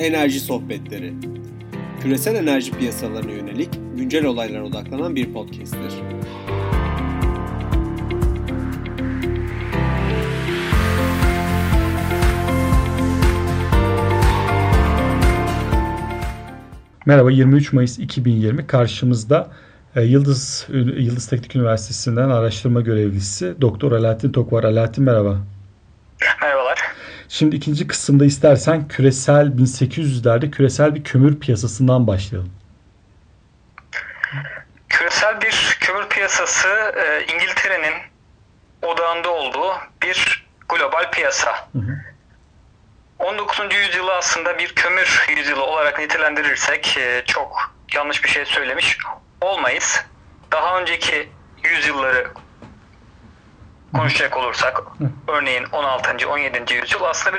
Enerji Sohbetleri. Küresel enerji piyasalarına yönelik güncel olaylara odaklanan bir podcast'tir. Merhaba, 23 Mayıs 2020 karşımızda Yıldız Teknik Üniversitesi'nden araştırma görevlisi Doktor Alaaddin Tok var. Alaaddin merhaba. Merhabalar. Şimdi ikinci kısımda istersen 1800'lerde küresel bir kömür piyasasından başlayalım. Küresel bir kömür piyasası İngiltere'nin odağında olduğu bir global piyasa. 19. yüzyılı aslında bir kömür yüzyılı olarak nitelendirirsek çok yanlış bir şey söylemiş olmayız. Daha önceki yüzyılları konuşacak olursak örneğin 16. 17. yüzyıl aslında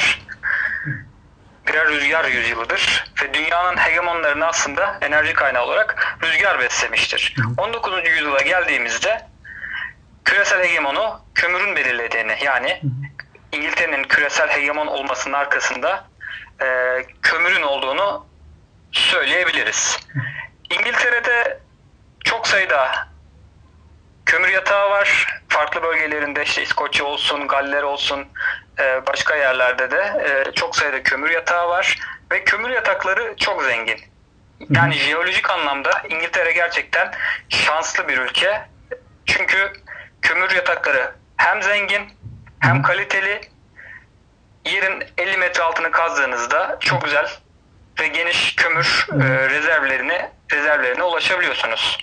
birer rüzgar yüzyılıdır ve dünyanın hegemonlarını aslında enerji kaynağı olarak rüzgar beslemiştir. 19. yüzyıla geldiğimizde küresel hegemonu kömürün belirlediğini, yani İngiltere'nin küresel hegemon olmasının arkasında kömürün olduğunu söyleyebiliriz. İngiltere'de çok sayıda kömür yatağı var. Farklı bölgelerinde işte İskoçya olsun, Galler olsun, başka yerlerde de çok sayıda kömür yatağı var. Ve kömür yatakları çok zengin. Yani jeolojik anlamda İngiltere gerçekten şanslı bir ülke. Çünkü kömür yatakları hem zengin hem kaliteli. Yerin 50 metre altını kazdığınızda çok güzel ve geniş kömür rezervlerine ulaşabiliyorsunuz.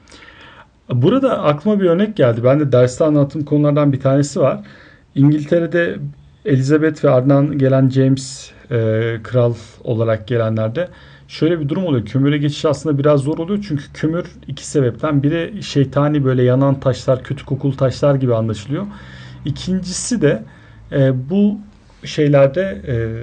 Burada aklıma bir örnek geldi. Ben de derste anlattığım konulardan bir tanesi var. İngiltere'de Elizabeth ve ardından gelen James kral olarak gelenlerde şöyle bir durum oluyor. Kömüre geçiş aslında biraz zor oluyor. Çünkü kömür iki sebepten. Biri şeytani böyle yanan taşlar, kötü kokulu taşlar gibi anlaşılıyor. İkincisi de bu şeylerde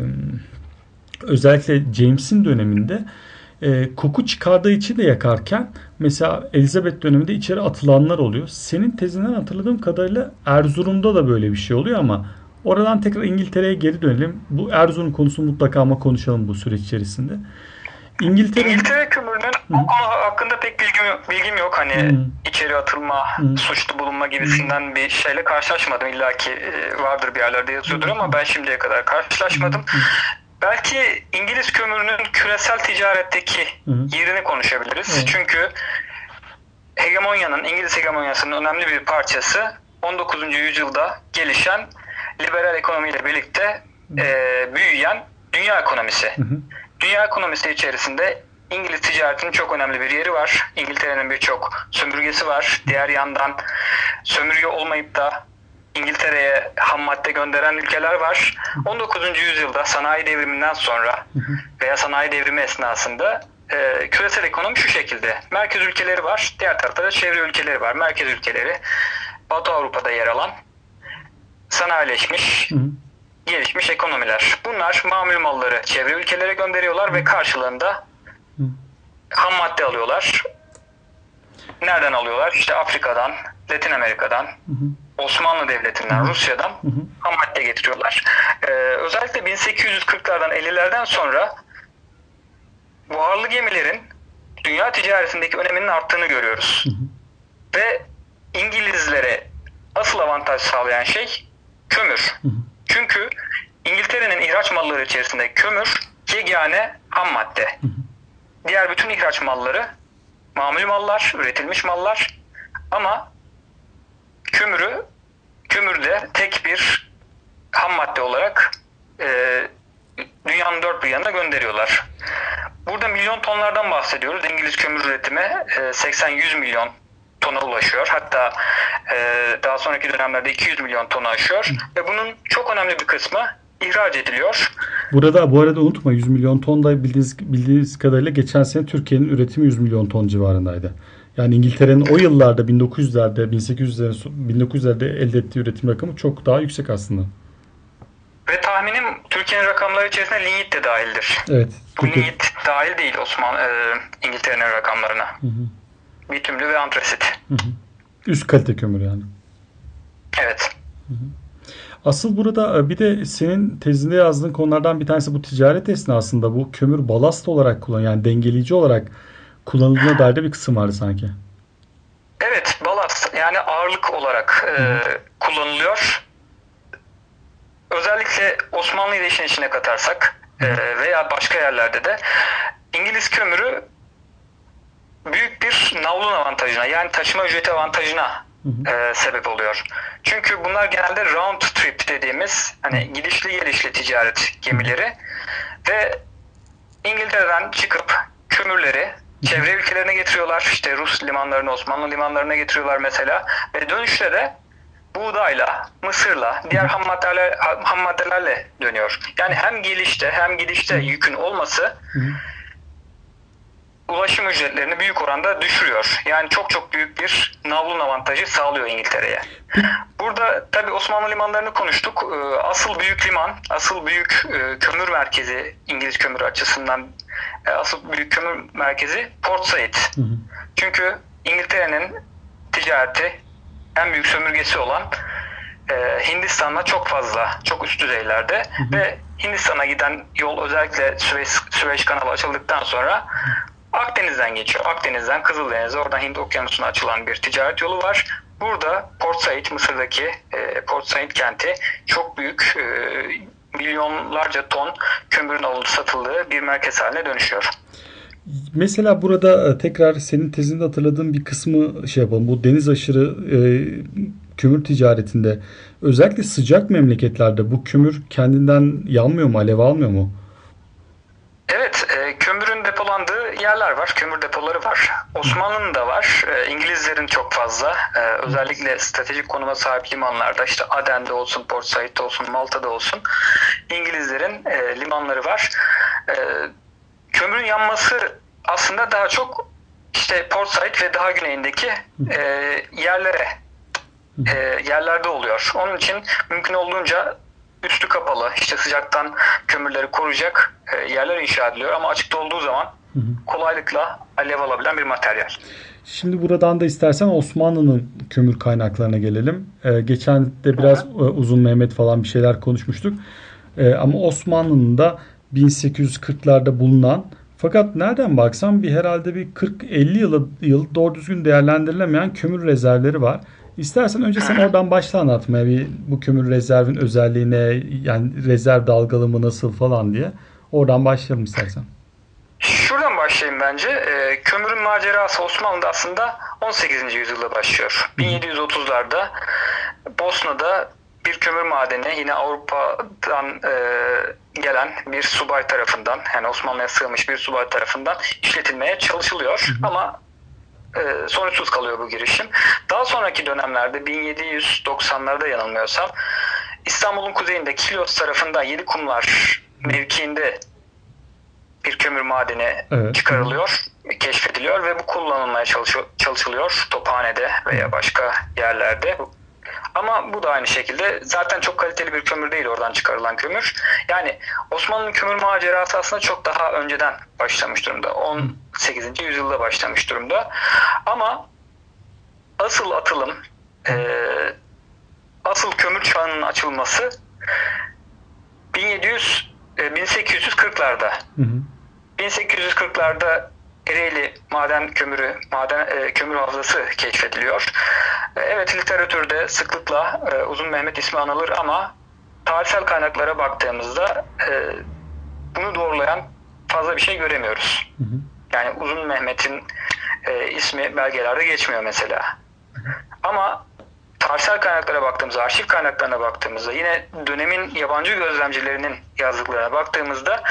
özellikle James'in döneminde koku çıkardığı için de yakarken mesela Elizabeth döneminde içeri atılanlar oluyor. Senin tezinden hatırladığım kadarıyla Erzurum'da da böyle bir şey oluyor ama oradan tekrar İngiltere'ye geri dönelim. Bu Erzurum konusunu mutlaka ama konuşalım bu süreç içerisinde. İngiltere kömürünün bu konu hakkında pek bilgim yok. Hani içeri atılma, suçlu bulunma gibisinden bir şeyle karşılaşmadım. İlla ki vardır bir yerlerde yazıyordur ama ben şimdiye kadar karşılaşmadım. Belki İngiliz kömürünün küresel ticaretteki yerini konuşabiliriz. Çünkü İngiliz hegemonyasının önemli bir parçası 19. yüzyılda gelişen liberal ekonomiyle birlikte büyüyen dünya ekonomisi. Dünya ekonomisi içerisinde İngiliz ticaretinin çok önemli bir yeri var. İngiltere'nin birçok sömürgesi var. Diğer yandan sömürge olmayıp da İngiltere'ye ham madde gönderen ülkeler var. 19. yüzyılda sanayi devriminden sonra veya sanayi devrimi esnasında küresel ekonomi şu şekilde. Merkez ülkeleri var. Diğer tarafta da çevre ülkeleri var. Merkez ülkeleri Batı Avrupa'da yer alan sanayileşmiş, gelişmiş ekonomiler. Bunlar mamul malları çevre ülkelere gönderiyorlar ve karşılığında ham madde alıyorlar. Nereden alıyorlar? İşte Afrika'dan, Latin Amerika'dan, Osmanlı Devleti'nden, Rusya'dan ham madde getiriyorlar. Özellikle 1840'lardan 50'lerden sonra buharlı gemilerin dünya ticaretindeki öneminin arttığını görüyoruz. Ve İngilizlere asıl avantaj sağlayan şey kömür. Çünkü İngiltere'nin ihraç malları içerisinde kömür yegane ham madde. Diğer bütün ihraç malları mamul mallar, üretilmiş mallar ama kömür de tek bir ham madde olarak dünyanın dört bir yanına gönderiyorlar. Burada milyon tonlardan bahsediyoruz. İngiliz kömür üretimi 80-100 milyon tona ulaşıyor. Hatta daha sonraki dönemlerde 200 milyon tonu aşıyor. Ve bunun çok önemli bir kısmı ihraç ediliyor. Bu arada unutma 100 milyon ton da bildiğiniz kadarıyla geçen sene Türkiye'nin üretimi 100 milyon ton civarındaydı. Yani İngiltere'nin o yıllarda 1900'lerde elde ettiği üretim rakamı çok daha yüksek aslında. Ve tahminim Türkiye'nin rakamları içerisinde lignit de dahildir. Evet. Bu lignit dahil değil İngiltere'nin rakamlarına. Bitümlü ve antrasit. Üst kalite kömür yani. Evet. Asıl burada bir de senin tezinde yazdığın konulardan bir tanesi bu ticaret esnasında bu kömür balast olarak yani dengeleyici olarak kullanıldığına dair de bir kısım vardı sanki. Evet, balast yani ağırlık olarak kullanılıyor. Özellikle Osmanlı'yı da işin içine katarsak veya başka yerlerde de İngiliz kömürü büyük bir navlun avantajına yani taşıma ücreti avantajına sebep oluyor. Çünkü bunlar genelde round trip dediğimiz hani gidişli gelişli ticaret gemileri ve İngiltere'den çıkıp kömürleri çevre ülkelerine getiriyorlar. İşte Rus limanlarına, Osmanlı limanlarına getiriyorlar mesela ve dönüşte de buğdayla, mısırla, diğer ham maddelerle dönüyor. Yani hem gelişte hem gidişte yükün olması ulaşım ücretlerini büyük oranda düşürüyor. Yani çok çok büyük bir navlun avantajı sağlıyor İngiltere'ye. Burada tabii Osmanlı limanlarını konuştuk. Asıl büyük liman, asıl büyük kömür merkezi İngiliz kömürü açısından asıl büyük kömür merkezi Port Said. Çünkü İngiltere'nin ticareti en büyük sömürgesi olan Hindistan'la çok fazla, çok üst düzeylerde ve Hindistan'a giden yol özellikle Süveyş kanalı açıldıktan sonra Akdeniz'den geçiyor. Akdeniz'den Kızıldeniz'e, oradan Hint Okyanusu'na açılan bir ticaret yolu var. Burada Port Said, Mısır'daki Port Said kenti çok büyük milyonlarca ton kömürün alınıp satıldığı bir merkez haline dönüşüyor. Mesela burada tekrar senin tezinde hatırladığım bir kısmı yapalım. Bu deniz aşırı kömür ticaretinde özellikle sıcak memleketlerde bu kömür kendinden yanmıyor mu, alev almıyor mu? Evet, kömürün depolandığı yerler var, kömür depoları var. Osmanlı'nın da var, İngilizlerin çok fazla. Özellikle stratejik konuma sahip limanlarda, işte Aden'de olsun, Port Said'de olsun, Malta'da olsun İngilizlerin limanları var. Kömürün yanması aslında daha çok işte Port Said ve daha güneyindeki yerlerde oluyor. Onun için mümkün olduğunca üstü kapalı, işte sıcaktan kömürleri koruyacak yerler inşa ediliyor ama açıkta olduğu zaman kolaylıkla alev alabilen bir materyal. Şimdi buradan da istersen Osmanlı'nın kömür kaynaklarına gelelim. Geçen de biraz Uzun Mehmet falan bir şeyler konuşmuştuk. Ama Osmanlı'nın da 1840'larda bulunan fakat nereden baksan herhalde bir 40-50 yıl doğru düzgün değerlendirilemeyen kömür rezervleri var. İstersen önce sen oradan başla anlatmaya bu kömür rezervin özelliğine yani rezerv dalgalımı nasıl falan diye. Oradan başlayalım istersen. Şuradan başlayayım bence. Kömürün macerası Osmanlı'da aslında 18. yüzyılda başlıyor. 1730'larda Bosna'da bir kömür madeni yine Avrupa'dan gelen bir subay tarafından yani Osmanlı'ya sığmış bir subay tarafından işletilmeye çalışılıyor. Ama sonuçsuz kalıyor bu girişim. Daha sonraki dönemlerde 1790'larda yanılmıyorsam İstanbul'un kuzeyinde Kilyos tarafında Yedikumlar mevkiinde bir kömür madeni çıkarılıyor, keşfediliyor ve bu kullanılmaya çalışılıyor Tophane'de veya başka yerlerde. Ama bu da aynı şekilde zaten çok kaliteli bir kömür değil oradan çıkarılan kömür. Yani Osmanlı'nın kömür macerası aslında çok daha önceden başlamış durumda. 18. yüzyılda başlamış durumda. Ama asıl atılım, asıl kömür çağının açılması 1840'larda. 1840'larda Ereğli kömür havzası keşfediliyor. Evet, literatürde sıklıkla Uzun Mehmet ismi anılır ama tarihsel kaynaklara baktığımızda bunu doğrulayan fazla bir şey göremiyoruz. Yani Uzun Mehmet'in ismi belgelerde geçmiyor mesela. Ama tarihsel kaynaklara baktığımızda, arşiv kaynaklarına baktığımızda, yine dönemin yabancı gözlemcilerinin yazdıklarına baktığımızda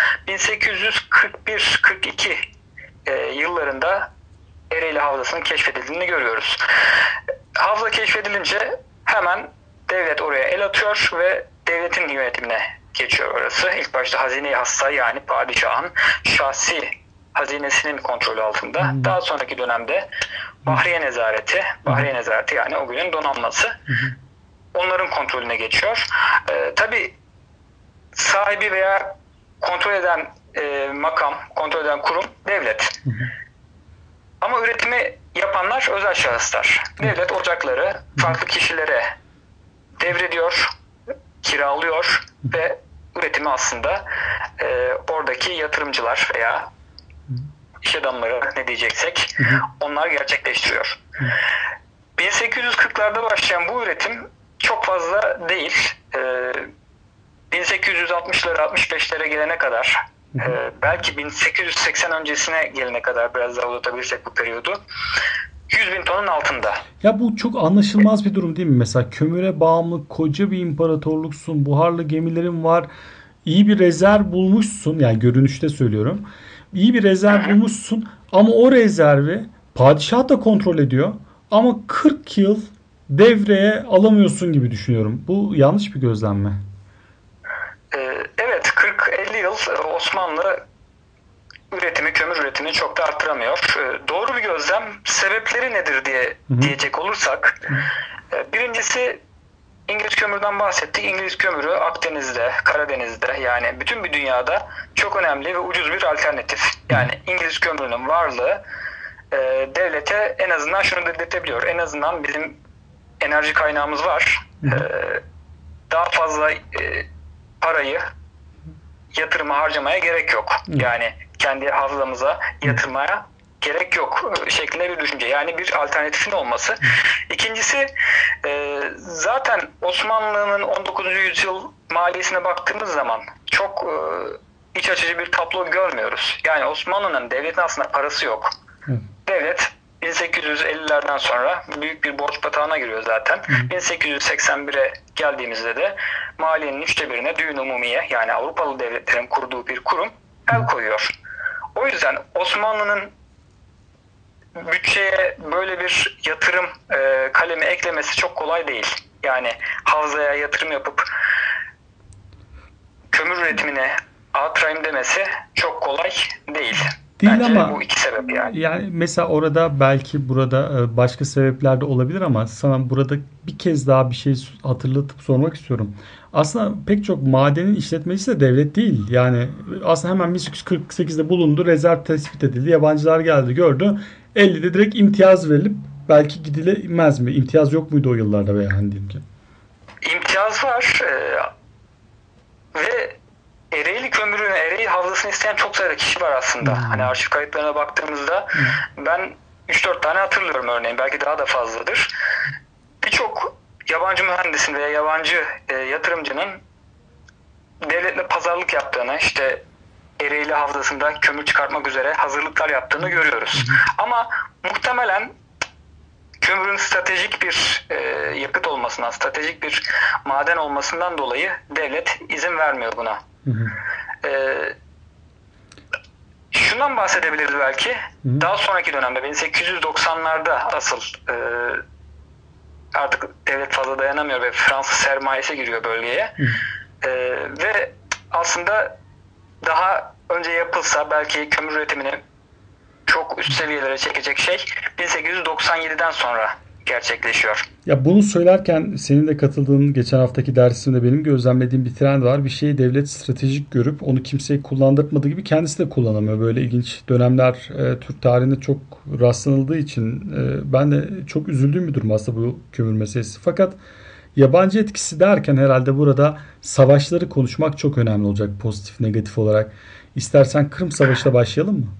1841-42 yıllarında Ereğli Havzası'nın keşfedildiğini görüyoruz. Havza keşfedilince hemen devlet oraya el atıyor ve devletin yönetimine geçiyor orası. İlk başta hazine-i hassa yani padişahın şahsi hazinesinin kontrolü altında. Daha sonraki dönemde Bahriye Nezareti yani o günün donanması onların kontrolüne geçiyor. Tabii sahibi veya kontrol eden makam, kontrol eden kurum devlet. Ama üretimi yapanlar özel şahıslar. Devlet ocakları farklı kişilere devrediyor. kiralıyor ve üretimi aslında oradaki yatırımcılar veya iş adamları ne diyeceksek onlar gerçekleştiriyor. 1840'larda başlayan bu üretim çok fazla değil. 1860'lara 65'lere gelene kadar belki 1880 öncesine gelene kadar biraz daha uzatabilirsek bu periyodu 100.000 tonun altında. Ya bu çok anlaşılmaz bir durum değil mi? Mesela kömüre bağımlı koca bir imparatorluksun, buharlı gemilerin var, iyi bir rezerv bulmuşsun, yani görünüşte söylüyorum. İyi bir rezerv bulmuşsun ama o rezervi padişah da kontrol ediyor ama 40 yıl devreye alamıyorsun gibi düşünüyorum. Bu yanlış bir gözlem mi? Evet, 40-50 yıl Osmanlı kömür üretimini çok da arttıramıyor. Doğru bir gözlem. Sebepleri nedir diyecek olursak, birincisi İngiliz kömürden bahsettik. İngiliz kömürü Akdeniz'de, Karadeniz'de, yani bütün bir dünyada çok önemli ve ucuz bir alternatif. Yani İngiliz kömürünün varlığı devlete en azından şunu dedirtebiliyor. En azından bizim enerji kaynağımız var. Daha fazla parayı yatırıma harcamaya gerek yok. Yani kendi hafızamıza yatırmaya gerek yok şeklinde bir düşünce. Yani bir alternatifin olması. İkincisi, zaten Osmanlı'nın 19. yüzyıl maliyesine baktığımız zaman çok iç açıcı bir tablo görmüyoruz. Yani Osmanlı'nın, devletin aslında parası yok. Devlet 1850'lerden sonra büyük bir borç batağına giriyor zaten. 1881'e geldiğimizde de maliyenin 1/3'üne Düğün Umumiye, yani Avrupalı devletlerin kurduğu bir kurum el koyuyor. O yüzden Osmanlı'nın bütçeye böyle bir yatırım kalemi eklemesi çok kolay değil. Yani havzaya yatırım yapıp kömür üretimine arttırayım demesi çok kolay değil. Değil Bence ama bu iki sebep yani. yani mesela orada, belki burada başka sebepler de olabilir ama sana burada bir kez daha bir şey hatırlatıp sormak istiyorum. Aslında pek çok madenin işletmecisi de devlet değil. Yani aslında hemen 1848'de bulundu, rezerv tespit edildi, yabancılar geldi, gördü. 50'de direkt imtiyaz verilip belki gidilemez mi? İmtiyaz yok muydu o yıllarda veya hani diyelim ki? İmtiyaz var ve Ereğli havzasını isteyen çok sayıda kişi var aslında. Hani arşiv kayıtlarına baktığımızda ben 3-4 tane hatırlıyorum örneğin. Belki daha da fazladır. Birçok yabancı mühendisin veya yabancı yatırımcının devletle pazarlık yaptığını, işte Ereğli havzasında kömür çıkartmak üzere hazırlıklar yaptığını görüyoruz. Ama muhtemelen kömürün stratejik bir yakıt olmasından, stratejik bir maden olmasından dolayı devlet izin vermiyor buna. Şundan bahsedebiliriz belki. Daha sonraki dönemde 1890'larda asıl artık devlet fazla dayanamıyor ve Fransız sermayesi giriyor bölgeye. Ve aslında daha önce yapılsa belki kömür üretimini çok üst seviyelere çekecek şey 1897'den sonra gerçekleşiyor. Ya bunu söylerken senin de katıldığın geçen haftaki dersimde benim gözlemlediğim bir trend var. Bir şeyi devlet stratejik görüp onu kimseye kullandırmadığı gibi kendisi de kullanamıyor. Böyle ilginç dönemler Türk tarihinde çok rastlanıldığı için ben de çok üzüldüğüm bir durum aslında bu kömür meselesi. Fakat yabancı etkisi derken herhalde burada savaşları konuşmak çok önemli olacak, pozitif negatif olarak. İstersen Kırım Savaşı'yla başlayalım mı?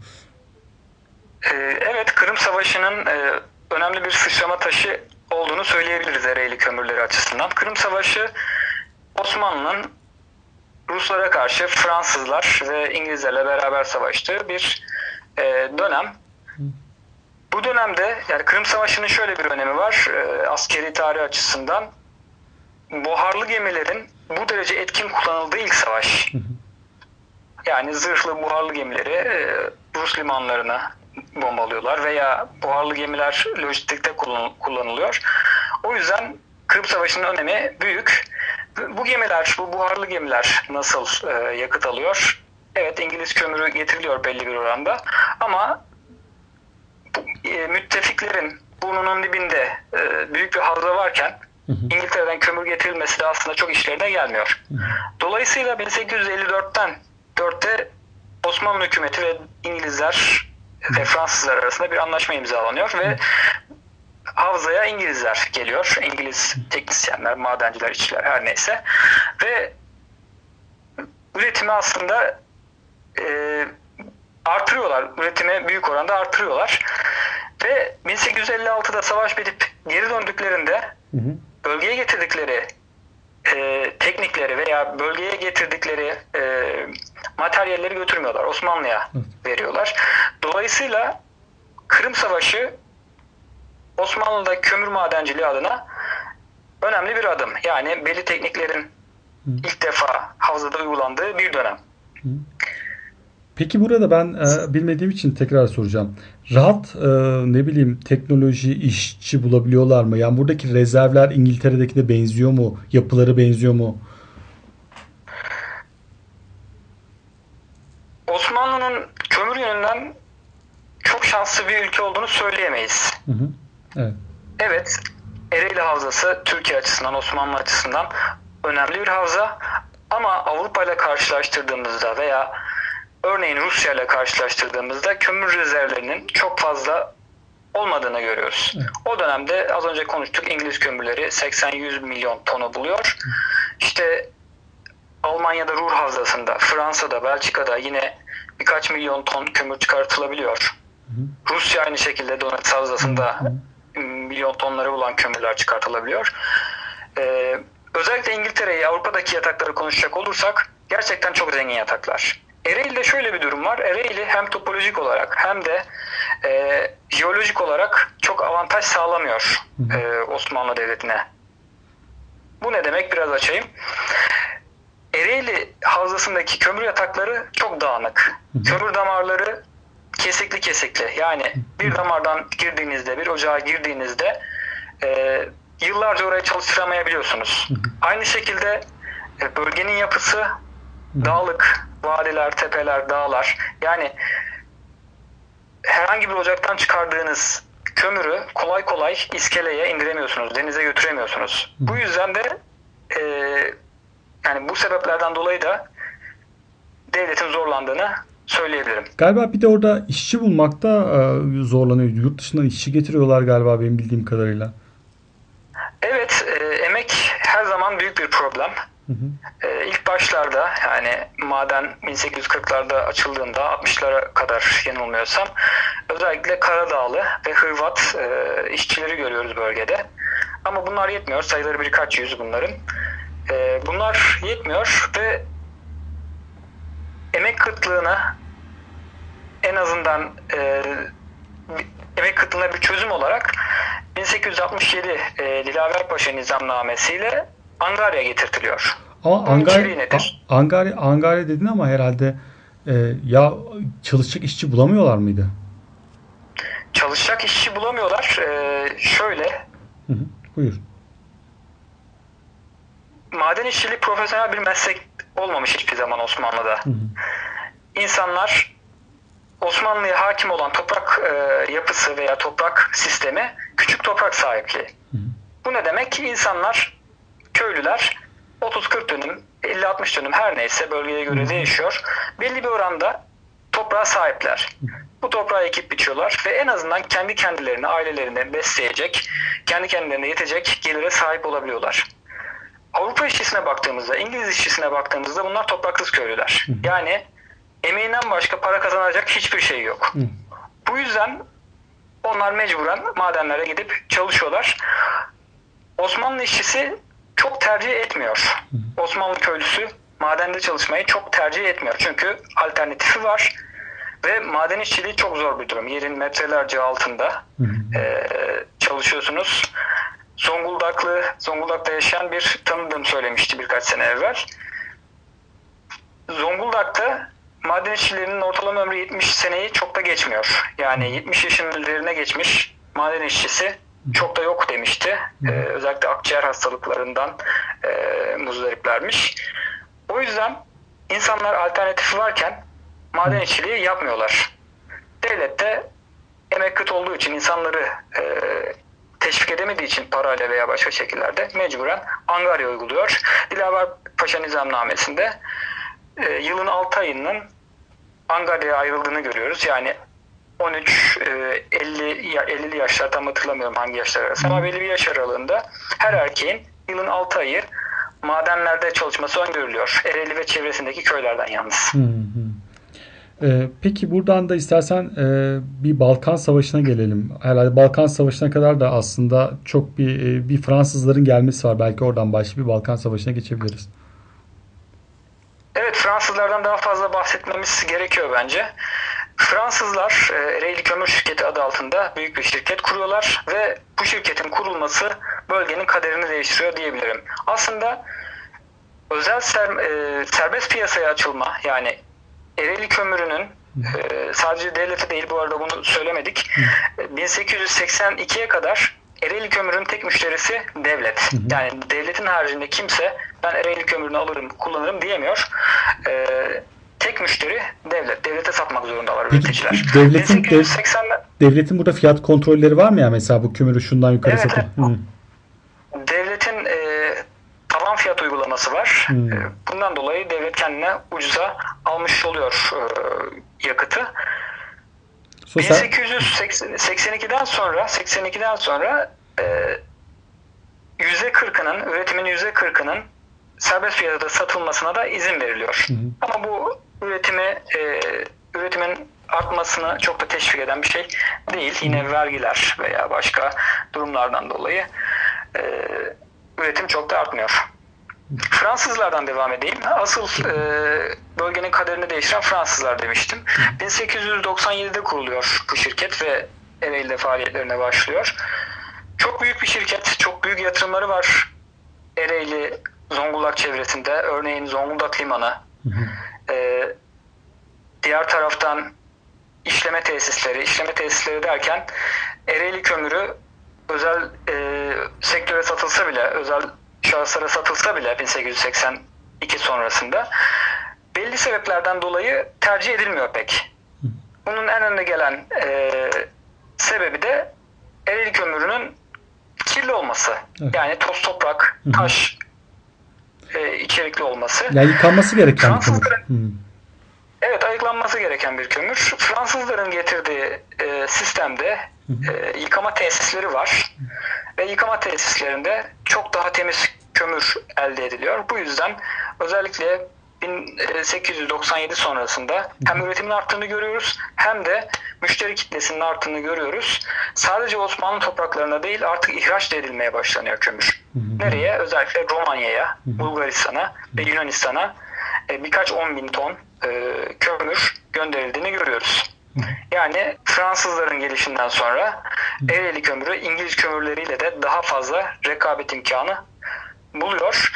Evet, Kırım Savaşı'nın önemli bir sıçrama taşı olduğunu söyleyebiliriz Ereğli kömürleri açısından. Kırım Savaşı Osmanlı'nın Ruslara karşı Fransızlar ve İngilizlerle beraber savaştığı bir dönem. Bu dönemde yani Kırım Savaşı'nın şöyle bir önemi var askeri tarih açısından. Buharlı gemilerin bu derece etkin kullanıldığı ilk savaş. Yani zırhlı buharlı gemileri Rus limanlarına bombalıyorlar veya buharlı gemiler lojistikte kullanılıyor. O yüzden Kırım Savaşı'nın önemi büyük. Bu buharlı gemiler nasıl yakıt alıyor? Evet, İngiliz kömürü getiriliyor belli bir oranda ama müttefiklerin burnunun dibinde büyük bir havza varken İngiltere'den kömür getirilmesi de aslında çok işlerine gelmiyor. Dolayısıyla 1854'te Osmanlı hükümeti ve İngilizler ve Fransızlar arasında bir anlaşma imzalanıyor ve havzaya İngilizler geliyor. İngiliz teknisyenler, madenciler, işçiler her neyse. Ve üretimi aslında artırıyorlar. Üretimi büyük oranda artırıyorlar. Ve 1856'da savaş bitip geri döndüklerinde bölgeye getirdikleri teknikleri veya bölgeye getirdikleri materyalleri götürmüyorlar. Osmanlı'ya veriyorlar. Dolayısıyla Kırım Savaşı Osmanlı'da kömür madenciliği adına önemli bir adım. Yani belli tekniklerin ilk defa havzada uygulandığı bir dönem. Peki burada ben bilmediğim için tekrar soracağım. Rahat ne bileyim teknoloji, işçi bulabiliyorlar mı? Yani buradaki rezervler İngiltere'dekine benziyor mu? Yapıları benziyor mu? Osmanlı'nın kömür yönünden çok şanslı bir ülke olduğunu söyleyemeyiz. Evet. Evet, Ereğli Havzası Türkiye açısından, Osmanlı açısından önemli bir havza. Ama Avrupa ile karşılaştırdığımızda veya örneğin Rusya ile karşılaştırdığımızda kömür rezervlerinin çok fazla olmadığını görüyoruz. Evet. O dönemde az önce konuştuk, İngiliz kömürleri 80-100 milyon tonu buluyor. İşte Almanya'da Ruhr Havzası'nda, Fransa'da, Belçika'da yine birkaç milyon ton kömür çıkartılabiliyor. Rusya aynı şekilde Donetsk Havzası'nda milyon tonları bulan kömürler çıkartılabiliyor. Özellikle İngiltere'yi, Avrupa'daki yatakları konuşacak olursak gerçekten çok zengin yataklar. Ereğli'de şöyle bir durum var. Ereğli hem topolojik olarak hem de jeolojik olarak çok avantaj sağlamıyor Osmanlı Devleti'ne. Bu ne demek? Biraz açayım. Ereğli Havzası'ndaki kömür yatakları çok dağınık. Kömür damarları kesikli kesikli. Yani bir damardan girdiğinizde, bir ocağa girdiğinizde yıllarca orayı çalıştıramayabiliyorsunuz. Aynı şekilde bölgenin yapısı dağlık, vadiler, tepeler, dağlar. Yani herhangi bir ocaktan çıkardığınız kömürü kolay kolay iskeleye indiremiyorsunuz, denize götüremiyorsunuz. Bu yüzden de yani bu sebeplerden dolayı da devletin zorlandığını söyleyebilirim. Galiba bir de orada işçi bulmakta zorlanıyor. Yurt dışından işçi getiriyorlar galiba benim bildiğim kadarıyla. Evet, emek her zaman büyük bir problem. İlk başlarda yani maden 1840'larda açıldığında 60'lara kadar yanılmıyorsam özellikle Karadağlı ve Hırvat işçileri görüyoruz bölgede. Ama bunlar yetmiyor. Sayıları birkaç yüz bunların. Bunlar yetmiyor ve emek kıtlığına en azından emek kıtlığına bir çözüm olarak 1867 Dilaver Paşa nizamnamesiyle Angarya getirtiliyor. Ama Angarya dedin ama herhalde ya çalışacak işçi bulamıyorlar mıydı? Çalışacak işçi bulamıyorlar. Şöyle. Buyur. Maden işçiliği profesyonel bir meslek olmamış hiçbir zaman Osmanlı'da. İnsanlar Osmanlı'ya hakim olan toprak yapısı veya toprak sistemi küçük toprak sahipliği. Bu ne demek ki insanlar, köylüler 30-40 dönüm, 50-60 dönüm her neyse bölgeye göre değişiyor. Belli bir oranda toprağa sahipler. Bu toprağı ekip biçiyorlar ve en azından kendi kendilerini, ailelerini besleyecek, kendi kendilerine yetecek gelire sahip olabiliyorlar. Avrupa işçisine baktığımızda, İngiliz işçisine baktığımızda bunlar topraksız köylüler. Yani emeğinden başka para kazanacak hiçbir şey yok. Bu yüzden onlar mecburen madenlere gidip çalışıyorlar. Osmanlı işçisi çok tercih etmiyor. Osmanlı köylüsü madende çalışmayı çok tercih etmiyor. Çünkü alternatifi var ve maden işçiliği çok zor bir durum. Yerin metrelerce altında çalışıyorsunuz. Zonguldak'ta yaşayan bir tanıdığım söylemişti birkaç sene evvel. Zonguldak'ta maden işçilerinin ortalama ömrü 70 seneyi çok da geçmiyor. Yani 70 yaşının üzerine geçmiş maden işçisi çok da yok demişti. Özellikle akciğer hastalıklarından muzdariplermiş. O yüzden insanlar alternatifi varken maden işçiliği yapmıyorlar. Devlet de emek kıt olduğu için insanları teşvik edemediği için parayla veya başka şekillerde mecburen Angarya uyguluyor. Dilaver Paşa nizamnamesinde yılın 6 ayının Angarya'ya ayrıldığını görüyoruz. Yani 13, 50'li yaşlar, tam hatırlamıyorum hangi yaşlar arası ama belli bir yaş aralığında her erkeğin yılın 6 ayı madenlerde çalışması öngörülüyor. Ereğli ve çevresindeki köylerden yalnız. Peki buradan da istersen bir Balkan Savaşı'na gelelim. Herhalde Balkan Savaşı'na kadar da aslında çok bir Fransızların gelmesi var. Belki oradan başlayıp bir Balkan Savaşı'na geçebiliriz. Evet, Fransızlardan daha fazla bahsetmemiz gerekiyor bence. Fransızlar Ereğli Kömür Şirketi adı altında büyük bir şirket kuruyorlar ve bu şirketin kurulması bölgenin kaderini değiştiriyor diyebilirim. Aslında özel serbest piyasaya açılma, yani Ereğli Kömürü'nün sadece devlete değil, bu arada bunu söylemedik, 1882'ye kadar Ereğli Kömür'ün tek müşterisi devlet. Yani devletin haricinde kimse ben Ereğli Kömürünü alırım, kullanırım diyemiyor. Tek müşteri devlet. Devlete satmak zorundalar üreticiler. Devletin burada fiyat kontrolleri var mı ya, mesela bu kömürü şundan yukarı satın? Devletin tavan fiyat uygulaması var. Bundan dolayı devlet kendine ucuza almış oluyor yakıtı. 1882'den sonra %40'ının, üretimin %40'ının serbest piyasada satılmasına da izin veriliyor. Ama bu üretimin artmasını çok da teşvik eden bir şey değil. Yine vergiler veya başka durumlardan dolayı üretim çok da artmıyor. Fransızlardan devam edeyim. Asıl bölgenin kaderini değiştiren Fransızlar demiştim. 1897'de kuruluyor bu şirket ve Ereğli'de faaliyetlerine başlıyor. Çok büyük bir şirket, çok büyük yatırımları var Ereğli, Zonguldak çevresinde. Örneğin Zonguldak Limanı, diğer taraftan işleme tesisleri derken Ereğli Kömürü özel sektöre satılsa bile, özel şahıslara satılsa bile 1882 sonrasında belli sebeplerden dolayı tercih edilmiyor pek. Bunun en önde gelen sebebi de Ereğli Kömürü'nün kirli olması. Evet. Yani toz toprak, taş içerikli olması. Yani yıkanması gereken bir kömür. Evet, ayıklanması gereken bir kömür. Fransızların getirdiği sistemde yıkama tesisleri var. Ve yıkama tesislerinde çok daha temiz kömür elde ediliyor. Bu yüzden özellikle 1897 sonrasında hem üretimin arttığını görüyoruz hem de müşteri kitlesinin arttığını görüyoruz. Sadece Osmanlı topraklarına değil, artık ihraç da edilmeye başlanıyor kömür. Nereye? Özellikle Romanya'ya, Bulgaristan'a ve Yunanistan'a birkaç 10.000 ton kömür gönderildiğini görüyoruz. Yani Fransızların gelişinden sonra Ereğli kömürü İngiliz kömürleriyle de daha fazla rekabet imkanı buluyor.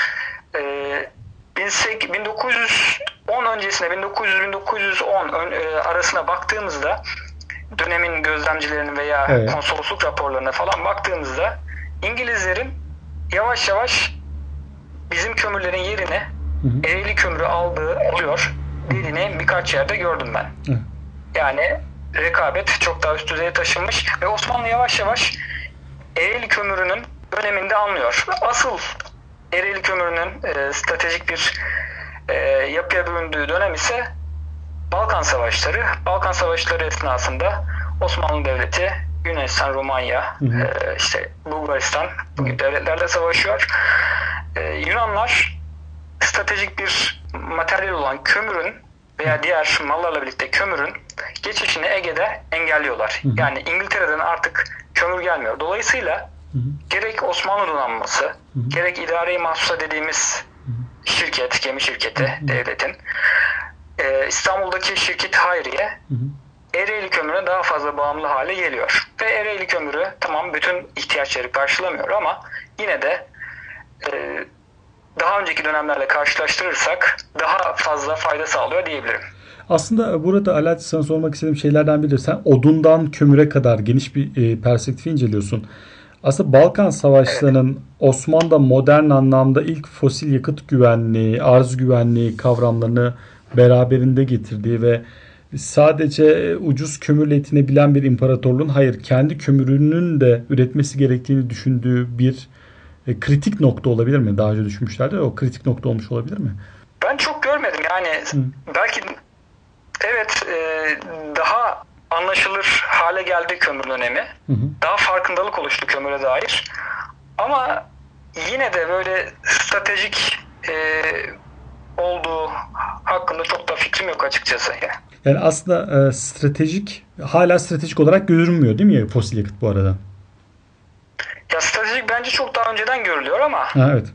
1910 öncesine, 1900-1910 arasına baktığımızda, dönemin gözlemcilerinin veya konsolosluk raporlarına falan baktığımızda İngilizlerin yavaş yavaş bizim kömürlerin yerine Ereğli kömürü alıyor dediğini birkaç yerde gördüm ben. Yani rekabet çok daha üst düzeye taşınmış ve Osmanlı yavaş yavaş Ereğli kömürünün önemini anlıyor. Asıl Ereğli kömürünün stratejik bir yapıya büründüğü dönem ise Balkan Savaşları. Balkan Savaşları esnasında Osmanlı Devleti, Yunanistan, Romanya, işte Bulgaristan bu gibi devletlerle savaşıyor. Yunanlar stratejik bir materyal olan kömürün veya diğer mallarla birlikte kömürün geçişini Ege'de engelliyorlar. Yani İngiltere'den artık kömür gelmiyor. Dolayısıyla gerek Osmanlı donanması, gerek idare-i mahsusa dediğimiz şirket, gemi şirketi devletin, İstanbul'daki şirket Hayriye, Ereğli kömüre daha fazla bağımlı hale geliyor. Ve Ereğli kömürü tamam bütün ihtiyaçları karşılamıyor ama yine de daha önceki dönemlerle karşılaştırırsak daha fazla fayda sağlıyor diyebilirim. Aslında burada Alaaddin, sana sormak istediğim şeylerden biri, sen odundan kömüre kadar geniş bir perspektifi inceliyorsun. Aslında Balkan Savaşları'nın Osmanlı'da modern anlamda ilk fosil yakıt güvenliği, arz güvenliği kavramlarını beraberinde getirdiği ve sadece ucuz kömürle yetinebilen bir imparatorluğun hayır, kendi kömürünün de üretmesi gerektiğini düşündüğü bir kritik nokta olabilir mi? Daha önce düşünmüşlerdi. O kritik nokta olmuş olabilir mi? Ben çok görmedim. Yani belki evet, daha anlaşılır hale geldi kömürün önemi. Daha farkındalık oluştu kömüre dair. Ama yine de böyle stratejik olduğu hakkında çok da fikrim yok açıkçası. Yani aslında hala stratejik olarak görünmüyor değil mi fosil yakıt bu arada? Ya stratejik bence çok daha önceden görülüyor ama Ha, evet.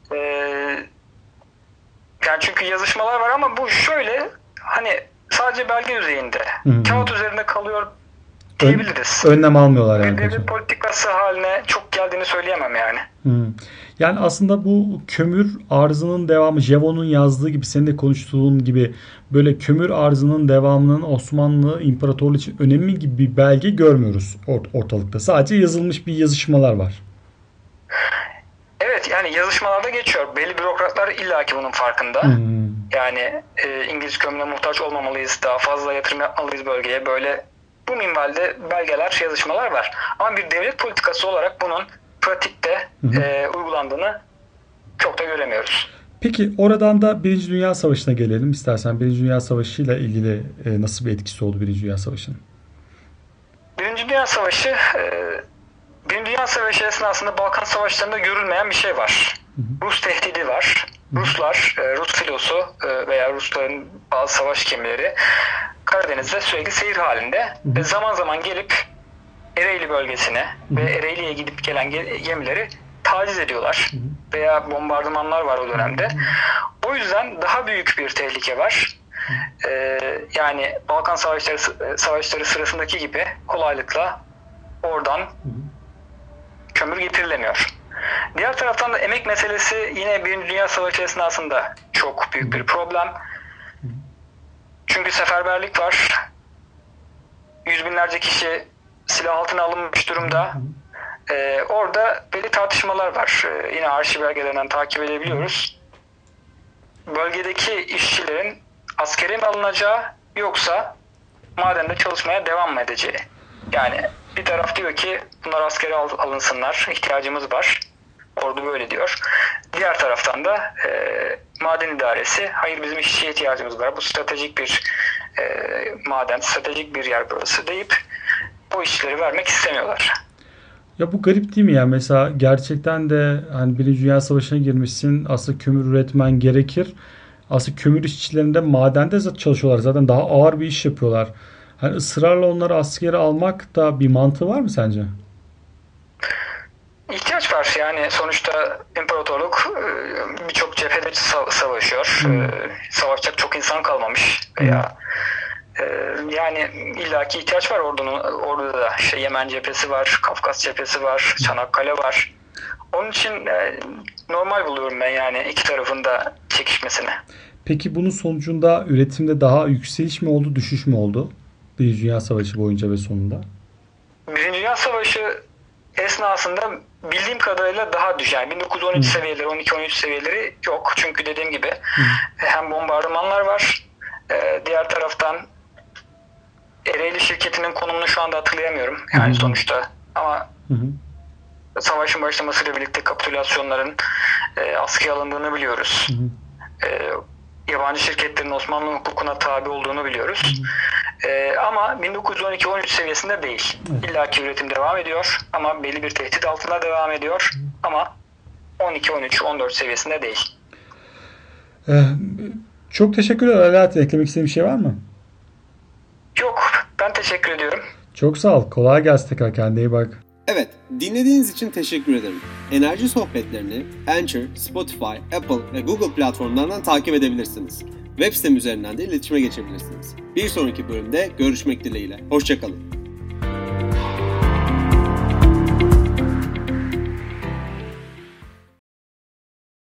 yani çünkü yazışmalar var ama bu şöyle hani sadece belge düzeyinde. Kağıt üzerinde kalıyor diyebiliriz. Önlem almıyorlar yani. Devlet politikası haline çok geldiğini söyleyemem yani. Yani aslında bu kömür arzının devamı, Jevon'un yazdığı gibi, senin de konuştuğun gibi böyle kömür arzının devamının Osmanlı İmparatorluğu için önemli gibi bir belge görmüyoruz ortalıkta. Sadece yazılmış bir yazışmalar var. Evet, yani yazışmalarda geçiyor. Belli bürokratlar illaki bunun farkında. Yani İngiliz kömürüne muhtaç olmamalıyız, daha fazla yatırım yapmalıyız bölgeye. Böyle bu minvalde belgeler, yazışmalar var. Ama bir devlet politikası olarak bunun pratikte uygulandığını çok da göremiyoruz. Peki oradan da Birinci Dünya Savaşı'na gelelim istersen. Birinci Dünya Savaşı ile ilgili nasıl bir etkisi oldu Birinci Dünya Savaşı'nın? Birinci Dünya Savaşı Birinci Dünya Savaşı esnasında Balkan Savaşları'nda görülmeyen bir şey var. Rus tehdidi var. Ruslar, Rus filosu veya Rusların bazı savaş gemileri Karadeniz'de sürekli seyir halinde ve zaman zaman gelip Ereğli bölgesine ve Ereğli'ye gidip gelen gemileri taciz ediyorlar veya bombardımanlar var o dönemde. O yüzden daha büyük bir tehlike var. Yani Balkan Savaşları sırasındaki gibi kolaylıkla oradan kömür getirilemiyor. Diğer taraftan da emek meselesi yine Birinci Dünya Savaşı esnasında çok büyük bir problem. Çünkü seferberlik var. Yüz binlerce kişi silah altına alınmış durumda. Orada belli tartışmalar var. Yine arşiv belgelerinden takip edebiliyoruz. Bölgedeki işçilerin askere mi alınacağı yoksa madende çalışmaya devam mı edeceği. Yani bir taraf diyor ki bunlar askere alınsınlar, ihtiyacımız var. Ordu böyle diyor. Diğer taraftan da maden idaresi, hayır bizim işçiye ihtiyacımız var. Bu stratejik bir maden, stratejik bir yer burası deyip o işçileri vermek istemiyorlar. Ya bu garip değil mi ya? Mesela gerçekten de hani Birinci Dünya Savaşı'na girmişsin. Aslında kömür üretmen gerekir. Aslında kömür işçilerinde madende çalışıyorlar. Zaten daha ağır bir iş yapıyorlar. Hani ısrarla onları askere almak da bir mantığı var mı sence? İhtiyaç var. Yani sonuçta imparatorluk birçok cephede savaşıyor. Savaşacak çok insan kalmamış veya yani illaki ihtiyaç var orada da. Yemen cephesi var, Kafkas cephesi var, Çanakkale var. Onun için normal buluyorum ben yani iki tarafın da çekişmesini. Peki bunun sonucunda üretimde daha yükseliş mi oldu, düşüş mü oldu? Birinci Dünya Savaşı boyunca ve sonunda. Birinci Dünya Savaşı esnasında bildiğim kadarıyla daha düşük. Yani 1913 seviyeleri, 12-13 seviyeleri yok. Çünkü dediğim gibi hem bombardımanlar var. Diğer taraftan Ereğli şirketinin konumunu şu anda hatırlayamıyorum. Yani sonuçta ama savaşın başlamasıyla birlikte kapitülasyonların askıya alındığını biliyoruz. Yabancı şirketlerin Osmanlı hukukuna tabi olduğunu biliyoruz. Ama 1912-13 seviyesinde değil. İlla ki üretim devam ediyor ama belli bir tehdit altında devam ediyor ama 12-13-14 seviyesinde değil. Çok teşekkürler Alaaddin. Eklemek istediğin bir şey var mı? Yok. Ben teşekkür ediyorum. Çok sağ ol. Kolay gelsin tekrar. Kendine iyi bak. Evet, dinlediğiniz için teşekkür ederim. Enerji sohbetlerini Anchor, Spotify, Apple ve Google platformlarından takip edebilirsiniz. Web sitem üzerinden de iletişime geçebilirsiniz. Bir sonraki bölümde görüşmek dileğiyle. Hoşça kalın.